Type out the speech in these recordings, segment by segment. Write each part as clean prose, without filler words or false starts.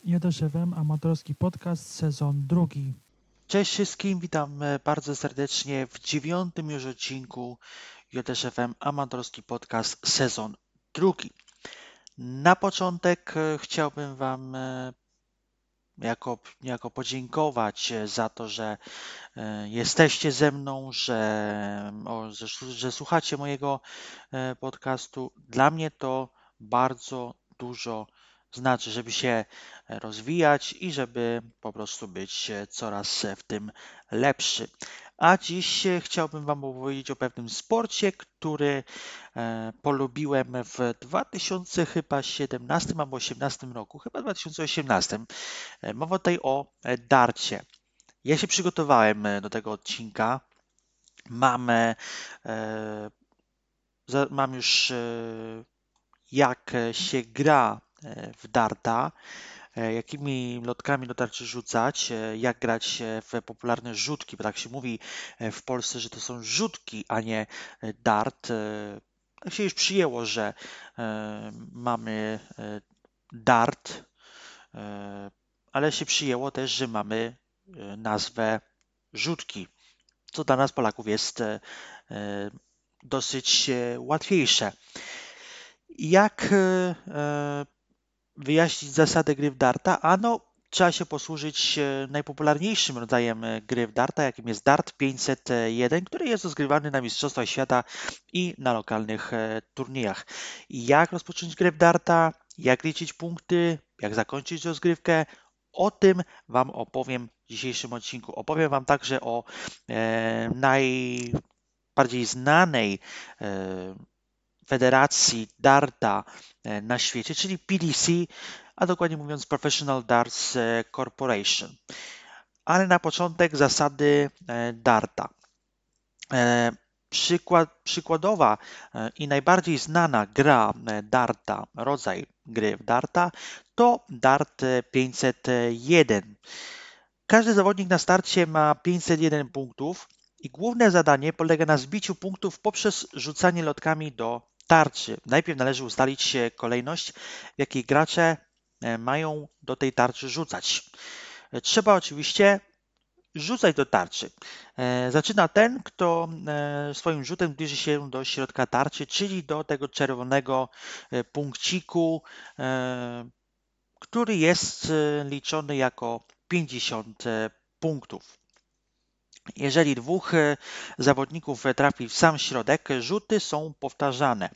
JSFM, amatorski podcast, sezon drugi. Cześć wszystkim, witam bardzo serdecznie w 9. już odcinku JSFM Amatorski Podcast sezon drugi. Na początek chciałbym Wam niejako podziękować za to, że jesteście ze mną, że słuchacie mojego podcastu. Dla mnie to bardzo dużo znaczy, żeby się rozwijać i żeby po prostu być coraz w tym lepszy. A dziś chciałbym Wam opowiedzieć o pewnym sporcie, który polubiłem w 2017 albo 2018 roku, chyba 2018. Mowa tutaj o darcie. Ja się przygotowałem do tego odcinka. Mam, mam już jak się gra w darta, jakimi lotkami do tarczy rzucać, jak grać w popularne rzutki, bo tak się mówi w Polsce, że to są rzutki, a nie dart. Tak się już przyjęło, że mamy dart, ale się przyjęło też, że mamy nazwę rzutki, co dla nas Polaków jest dosyć łatwiejsze. Jak wyjaśnić zasady gry w darta? Ano, trzeba się posłużyć najpopularniejszym rodzajem gry w darta, jakim jest Dart 501, który jest rozgrywany na Mistrzostwach Świata i na lokalnych turniejach. Jak rozpocząć grę w darta? Jak liczyć punkty? Jak zakończyć rozgrywkę? O tym Wam opowiem w dzisiejszym odcinku. Opowiem Wam także o najbardziej znanej federacji darta na świecie, czyli PDC, a dokładnie mówiąc Professional Darts Corporation. Ale na początek zasady darta. Przykładowa i najbardziej znana gra darta, rodzaj gry w darta to Dart 501. Każdy zawodnik na starcie ma 501 punktów i główne zadanie polega na zbiciu punktów poprzez rzucanie lotkami do tarczy. Najpierw należy ustalić kolejność, w jakiej gracze mają do tej tarczy rzucać. Trzeba oczywiście rzucać do tarczy. Zaczyna ten, kto swoim rzutem zbliży się do środka tarczy, czyli do tego czerwonego punkciku, który jest liczony jako 50 punktów. Jeżeli dwóch zawodników trafi w sam środek, rzuty są powtarzane.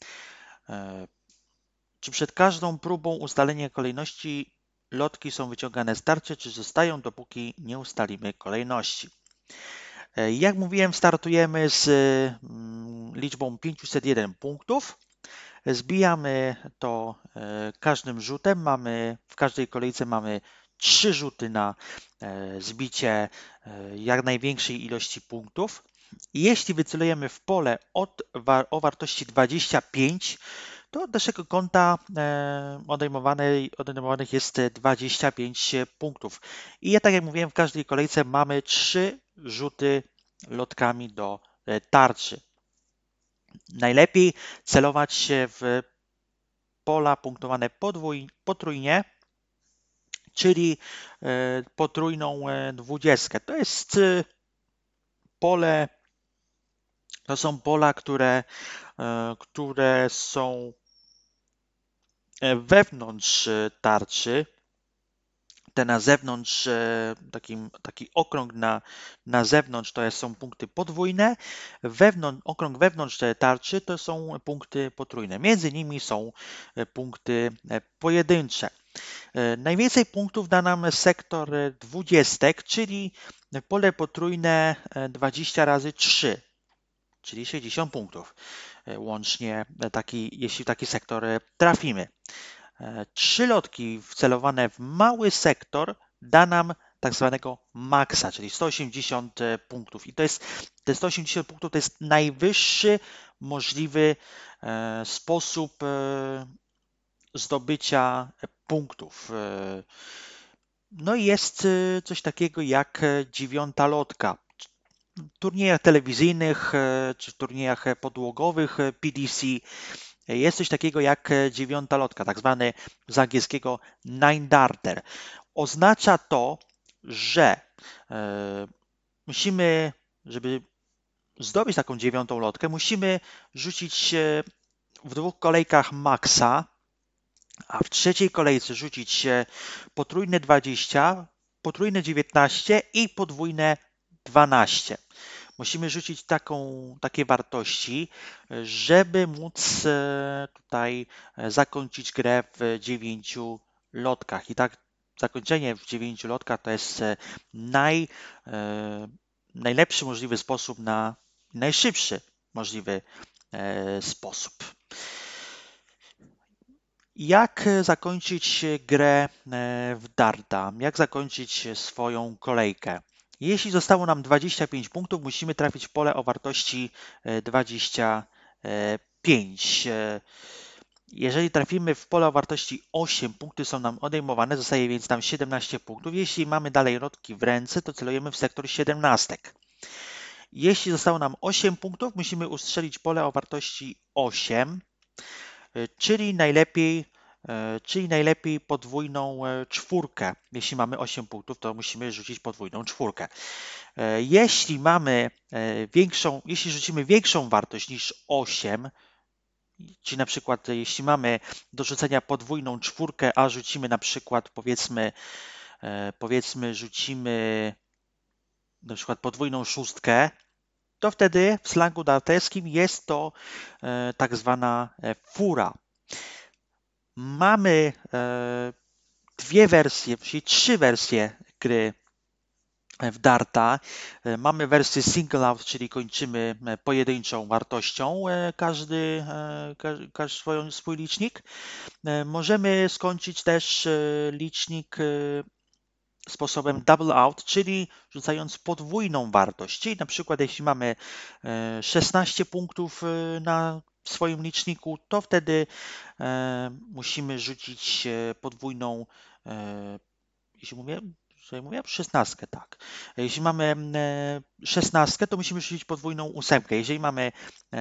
Czy przed każdą próbą ustalenia kolejności lotki są wyciągane z tarczy, czy zostają, dopóki nie ustalimy kolejności? Jak mówiłem, startujemy z liczbą 501 punktów. Zbijamy to każdym rzutem. W każdej kolejce mamy 3 rzuty na zbicie jak największej ilości punktów. Jeśli wycelujemy w pole o wartości 25, to od naszego konta odejmowanych jest 25 punktów. I ja, tak jak mówiłem, w każdej kolejce mamy 3 rzuty lotkami do tarczy. Najlepiej celować się w pola punktowane potrójnie, czyli potrójną 20. To są pola, które są wewnątrz tarczy. Te na zewnątrz, taki okrąg na zewnątrz to są punkty podwójne, okrąg wewnątrz tarczy to są punkty potrójne. Między nimi są punkty pojedyncze. Najwięcej punktów da nam sektor 20, czyli pole potrójne 20 razy 3, czyli 60 punktów łącznie, jeśli taki sektor trafimy. 3 lotki wcelowane w mały sektor da nam tak zwanego maksa, czyli 180 punktów. I te 180 punktów to jest najwyższy możliwy sposób zdobycia punktów. No i jest coś takiego jak 9. lotka. W turniejach telewizyjnych czy w turniejach podłogowych PDC jest coś takiego jak dziewiąta lotka, tak zwany z angielskiego nine darter. Oznacza to, że musimy, żeby zdobyć taką dziewiątą lotkę, musimy rzucić w dwóch kolejkach maksa, a w trzeciej kolejce rzucić potrójne 20, potrójne 19 i podwójne 12. Musimy rzucić takie wartości, żeby móc tutaj zakończyć grę w 9 lotkach. I tak zakończenie w 9 lotkach to jest najlepszy możliwy sposób na najszybszy możliwy sposób. Jak zakończyć grę w darta? Jak zakończyć swoją kolejkę? Jeśli zostało nam 25 punktów, musimy trafić w pole o wartości 25. Jeżeli trafimy w pole o wartości 8, punkty są nam odejmowane, zostaje więc nam 17 punktów. Jeśli mamy dalej lotki w ręce, to celujemy w sektor 17. Jeśli zostało nam 8 punktów, musimy ustrzelić pole o wartości 8, czyli najlepiej podwójną czwórkę. Jeśli mamy 8 punktów, to musimy rzucić podwójną czwórkę. Jeśli rzucimy większą wartość niż 8, czyli na przykład jeśli mamy do rzucenia podwójną czwórkę, a rzucimy na przykład powiedzmy rzucimy na przykład podwójną szóstkę, to wtedy w slangu darterskim jest to tak zwana fura. Mamy dwie wersje, czyli trzy wersje gry w darta. Mamy wersję single out, czyli kończymy pojedynczą wartością każdy swój licznik. Możemy skończyć też licznik sposobem double out, czyli rzucając podwójną wartość. Czyli na przykład jeśli mamy 16 punktów na swoim liczniku, to wtedy musimy rzucić podwójną, jeśli mówię 16, tak. Jeśli mamy 16, to musimy rzucić podwójną ósemkę. Jeżeli mamy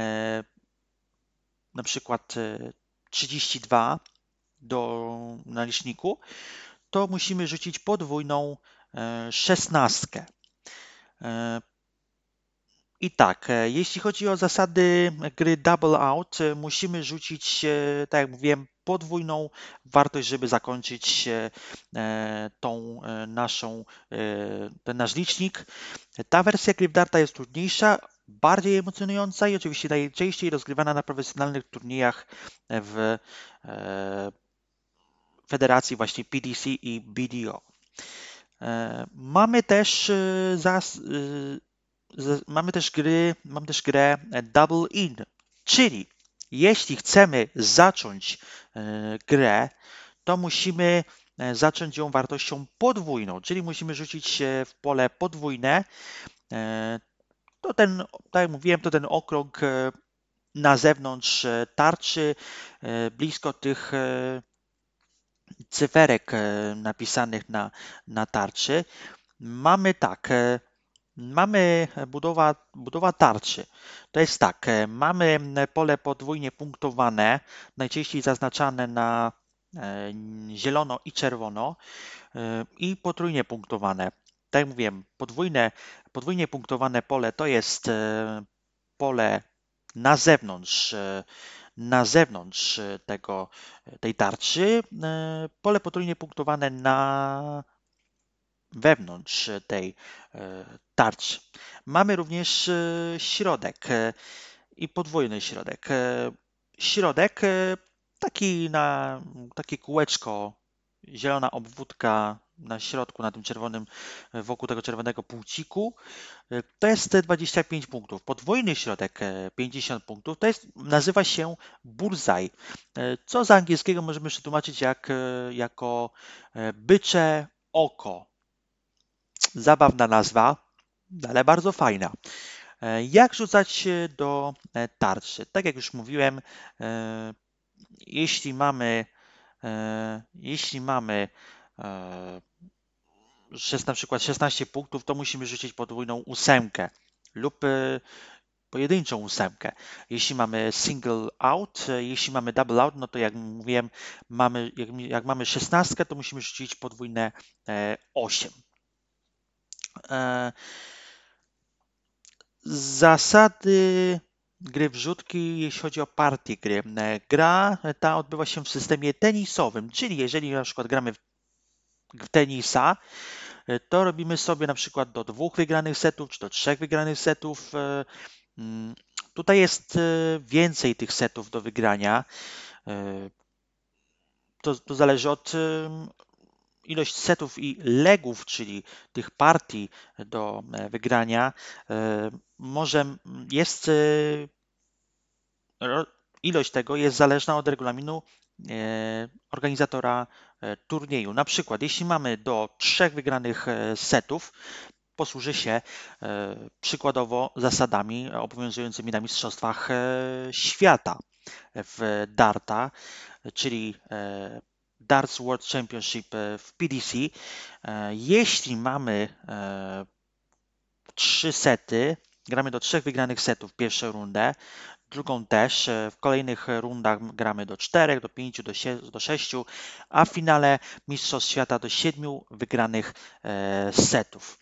na przykład 32 na liczniku, to musimy rzucić podwójną 16. I tak, jeśli chodzi o zasady gry Double Out, musimy rzucić, tak jak mówiłem, podwójną wartość, żeby zakończyć ten nasz licznik. Ta wersja gry w darta jest trudniejsza, bardziej emocjonująca i oczywiście najczęściej rozgrywana na profesjonalnych turniejach w federacji właśnie PDC i BDO. Mamy też grę Double In, czyli jeśli chcemy zacząć grę, to musimy zacząć ją wartością podwójną, czyli musimy rzucić w pole podwójne. Tak jak mówiłem, to ten okrąg na zewnątrz tarczy, blisko tych cyferek napisanych na tarczy. Mamy tak, mamy budowa tarczy. To jest tak, mamy pole podwójnie punktowane, najczęściej zaznaczane na zielono i czerwono i potrójnie punktowane. Tak jak mówiłem, podwójnie punktowane pole to jest pole na zewnątrz tej tarczy, pole potrójnie punktowane na wewnątrz tej tarczy. Mamy również środek i podwójny środek. Środek takie kółeczko, zielona obwódka na środku, na tym czerwonym, wokół tego czerwonego półciku, to jest 25 punktów. Podwójny środek 50 punktów, nazywa się bullseye, co z angielskiego możemy przetłumaczyć jako bycze oko. Zabawna nazwa, ale bardzo fajna. Jak rzucać do tarczy? Tak jak już mówiłem, jeśli mamy na przykład 16 punktów, to musimy rzucić podwójną ósemkę lub pojedynczą ósemkę. Jeśli mamy single out, jeśli mamy double out, no to jak mówiłem, jak mamy 16, to musimy rzucić podwójne 8. Zasady gry wrzutki, jeśli chodzi o partię gry. Gra ta odbywa się w systemie tenisowym, czyli jeżeli na przykład gramy w tenisa, to robimy sobie na przykład do 2 wygranych setów, czy do 3 wygranych setów. Tutaj jest więcej tych setów do wygrania. To zależy od ilość setów i legów, czyli tych partii do wygrania. Ilość tego jest zależna od regulaminu organizatora turnieju. Na przykład, jeśli mamy do 3 wygranych setów, posłuży się przykładowo zasadami obowiązującymi na Mistrzostwach Świata w darta, czyli Darts World Championship w PDC. Jeśli mamy 3 sety, gramy do 3 wygranych setów pierwszą rundę, drugą też. W kolejnych rundach gramy do 4, do 5, do 6, a w finale Mistrzostw Świata do 7 wygranych setów.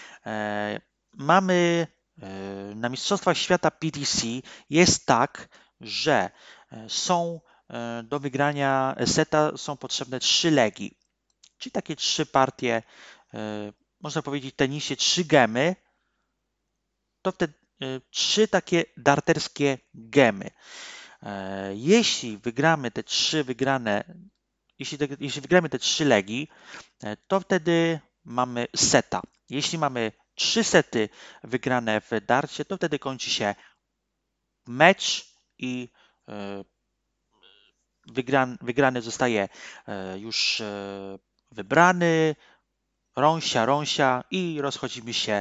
Mamy na Mistrzostwach Świata PDC jest tak, że do wygrania seta są potrzebne 3 legi, czyli takie 3 partie, można powiedzieć w tenisie 3 gemy, to wtedy 3 takie darterskie gemy. Jeśli wygramy te 3 jeśli wygramy te 3 legi, to wtedy mamy seta. Jeśli mamy 3 sety wygrane w darcie, to wtedy kończy się mecz i wygrany zostaje już wybrany, rąsia i rozchodzimy się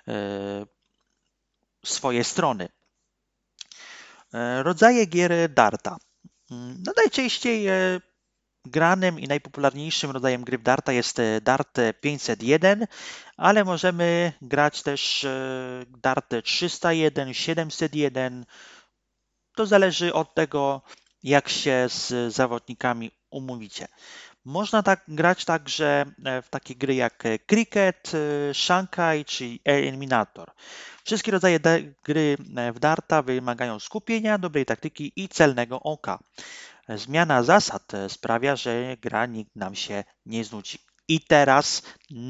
w swoje strony. Rodzaje gier darta. No najczęściej granym i najpopularniejszym rodzajem gry w darta jest dart 501, ale możemy grać też dart 301, 701. To zależy od tego, jak się z zawodnikami umówicie. Można tak grać także w takie gry jak Cricket, Shanghai czy Eliminator. Wszystkie rodzaje gry w darta wymagają skupienia, dobrej taktyki i celnego oka. Zmiana zasad sprawia, że gra nikt nam się nie znudzi. I teraz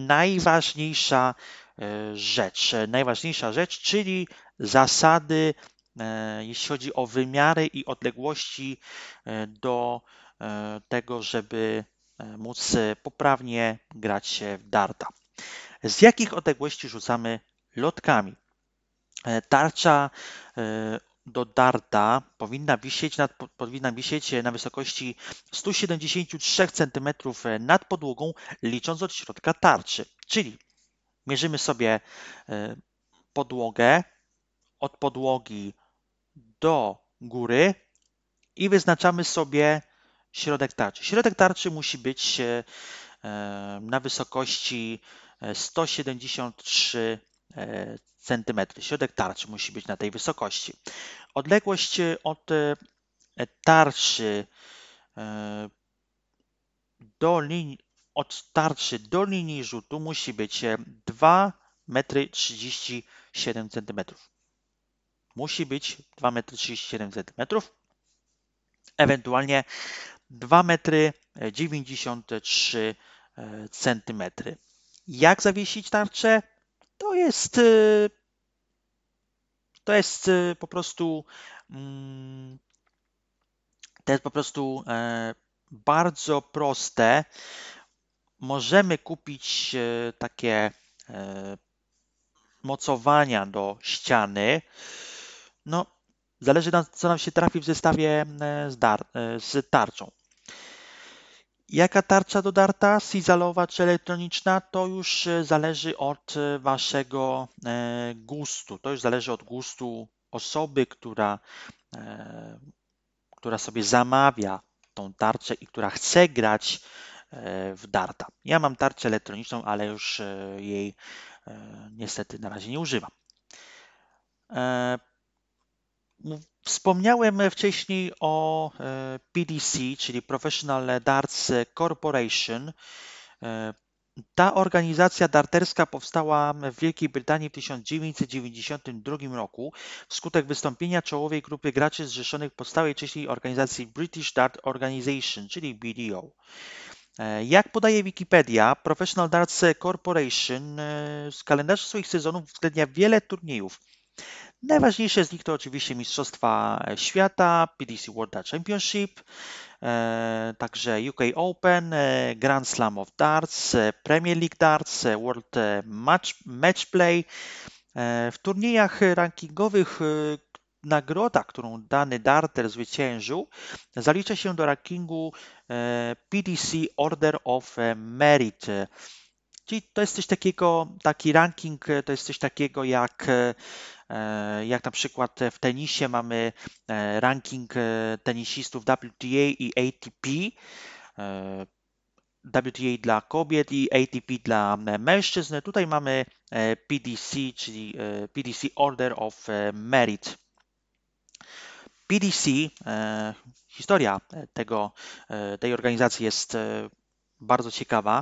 najważniejsza rzecz, czyli zasady, jeśli chodzi o wymiary i odległości do tego, żeby móc poprawnie grać w darta. Z jakich odległości rzucamy lotkami? Tarcza do darta powinna wisieć na wysokości 173 cm nad podłogą, licząc od środka tarczy. Czyli mierzymy sobie podłogę od podłogi do góry i wyznaczamy sobie środek tarczy. Środek tarczy musi być na wysokości 173 cm. Środek tarczy musi być na tej wysokości. Odległość od tarczy do linii rzutu musi być 2,37 cm. Musi być 2,37 cm. Ewentualnie 2,93 cm. Jak zawiesić tarczę? To jest po prostu bardzo proste. Możemy kupić takie mocowania do ściany. No, zależy co nam się trafi w zestawie z tarczą. Jaka tarcza do darta? Sizalowa czy elektroniczna? To już zależy od waszego gustu. To już zależy od gustu osoby, która sobie zamawia tą tarczę i która chce grać w darta. Ja mam tarczę elektroniczną, ale już jej niestety na razie nie używam. Wspomniałem wcześniej o PDC, czyli Professional Darts Corporation. Ta organizacja darterska powstała w Wielkiej Brytanii w 1992 roku wskutek wystąpienia czołowej grupy graczy zrzeszonych w powstałej wcześniej organizacji British Dart Organization, czyli BDO. Jak podaje Wikipedia, Professional Darts Corporation z kalendarza swoich sezonów uwzględnia wiele turniejów. Najważniejsze z nich to oczywiście Mistrzostwa Świata, PDC World Dart Championship, także UK Open, Grand Slam of Darts, Premier League Darts, World Match Play. W turniejach rankingowych nagroda, którą dany darter zwyciężył, zalicza się do rankingu PDC Order of Merit. Czyli to jest coś takiego, taki ranking to jest coś takiego jak na przykład w tenisie mamy ranking tenisistów WTA i ATP. WTA dla kobiet i ATP dla mężczyzn. Tutaj mamy PDC, czyli PDC Order of Merit. PDC, historia tej organizacji jest bardzo ciekawa.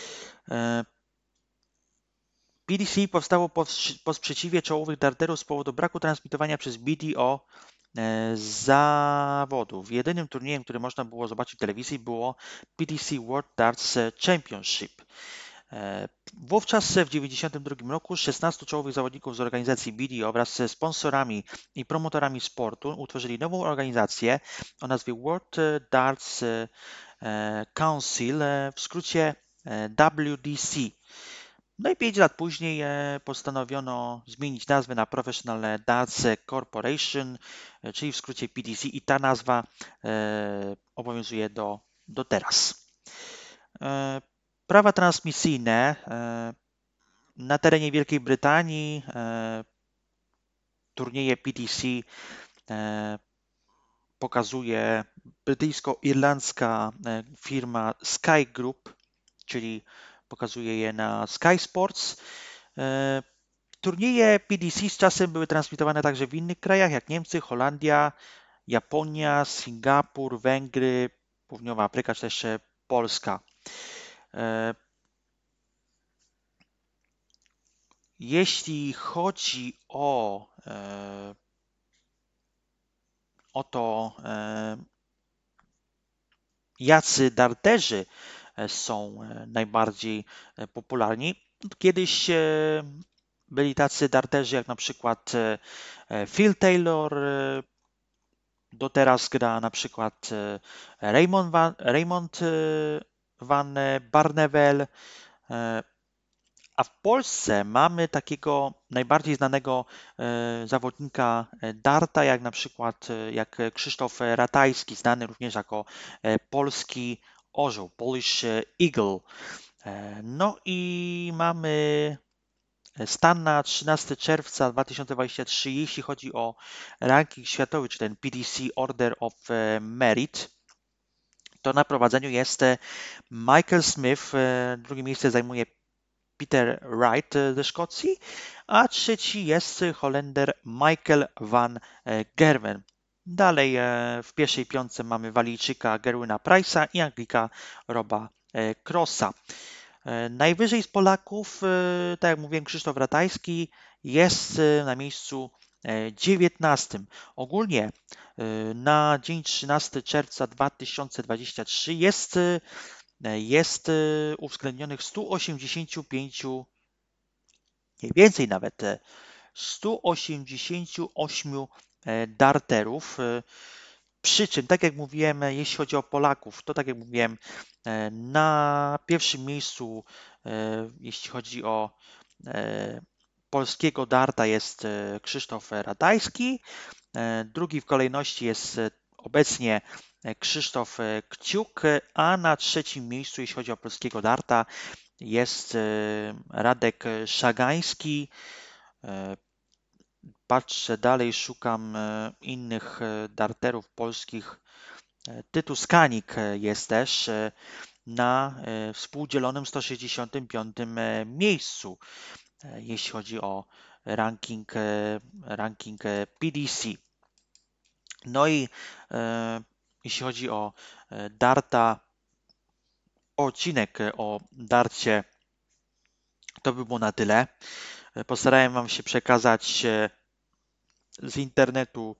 PDC powstało po sprzeciwie czołowych darterów z powodu braku transmitowania przez BDO zawodów. Jedynym turniejem, który można było zobaczyć w telewizji, było PDC World Darts Championship. Wówczas w 1992 roku 16 czołowych zawodników z organizacji BDO wraz ze sponsorami i promotorami sportu utworzyli nową organizację o nazwie World Darts Council, w skrócie WDC. No i 5 lat później postanowiono zmienić nazwę na Professional Darts Corporation, czyli w skrócie PDC, i ta nazwa obowiązuje do teraz. Prawa transmisyjne na terenie Wielkiej Brytanii turnieje PDC pokazuje brytyjsko-irlandzka firma Sky Group, czyli pokazuje je na Sky Sports. Turnieje PDC z czasem były transmitowane także w innych krajach, jak Niemcy, Holandia, Japonia, Singapur, Węgry, Południowa Afryka, czy też Polska. Jeśli chodzi o to, jacy darterzy są najbardziej popularni, kiedyś byli tacy darterzy jak na przykład Phil Taylor, do teraz gra na przykład Raymond van Barneveld, a w Polsce mamy takiego najbardziej znanego zawodnika darta, jak na przykład jak Krzysztof Ratajski, znany również jako polski orzeł, Polish Eagle. No i mamy stan na 13 czerwca 2023, jeśli chodzi o ranking światowy, czy ten PDC Order of Merit. To na prowadzeniu jest Michael Smith, drugie miejsce zajmuje Peter Wright ze Szkocji, a trzeci jest Holender Michael van Gerwen. Dalej w pierwszej piątce mamy Walijczyka Gerwina Price'a i Anglika Roba Crossa. Najwyżej z Polaków, tak jak mówiłem, Krzysztof Ratajski jest na miejscu 19. Ogólnie na dzień 13 czerwca 2023 jest uwzględnionych 185, mniej więcej nawet 188 darterów. Przy czym, tak jak mówiłem, jeśli chodzi o Polaków, to tak jak mówiłem, na pierwszym miejscu, jeśli chodzi o polskiego darta, jest Krzysztof Ratajski. Drugi w kolejności jest obecnie Krzysztof Kciuk, a na trzecim miejscu, jeśli chodzi o polskiego darta, jest Radek Szagański. Patrzę dalej, szukam innych darterów polskich. Tytus Kanik jest też na współdzielonym 165 miejscu, jeśli chodzi o ranking PDC. No i jeśli chodzi o darta, odcinek o darcie, to by było na tyle. Postarałem Wam się przekazać z internetu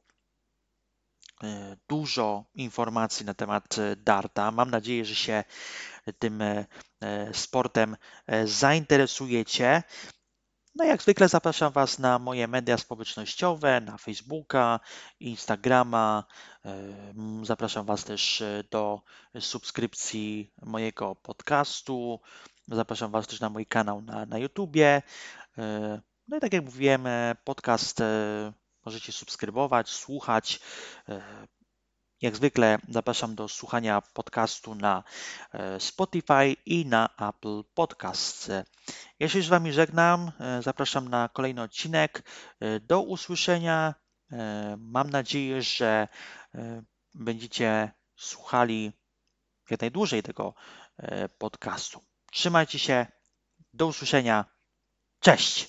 dużo informacji na temat darta. Mam nadzieję, że się tym sportem zainteresujecie. No jak zwykle zapraszam Was na moje media społecznościowe, na Facebooka, Instagrama. Zapraszam Was też do subskrypcji mojego podcastu. Zapraszam Was też na mój kanał na YouTubie. No i tak jak mówiłem, podcast możecie subskrybować, słuchać. Jak zwykle zapraszam do słuchania podcastu na Spotify i na Apple Podcasts. Ja się z Wami żegnam, zapraszam na kolejny odcinek. Do usłyszenia. Mam nadzieję, że będziecie słuchali jak najdłużej tego podcastu. Trzymajcie się, do usłyszenia. Cześć!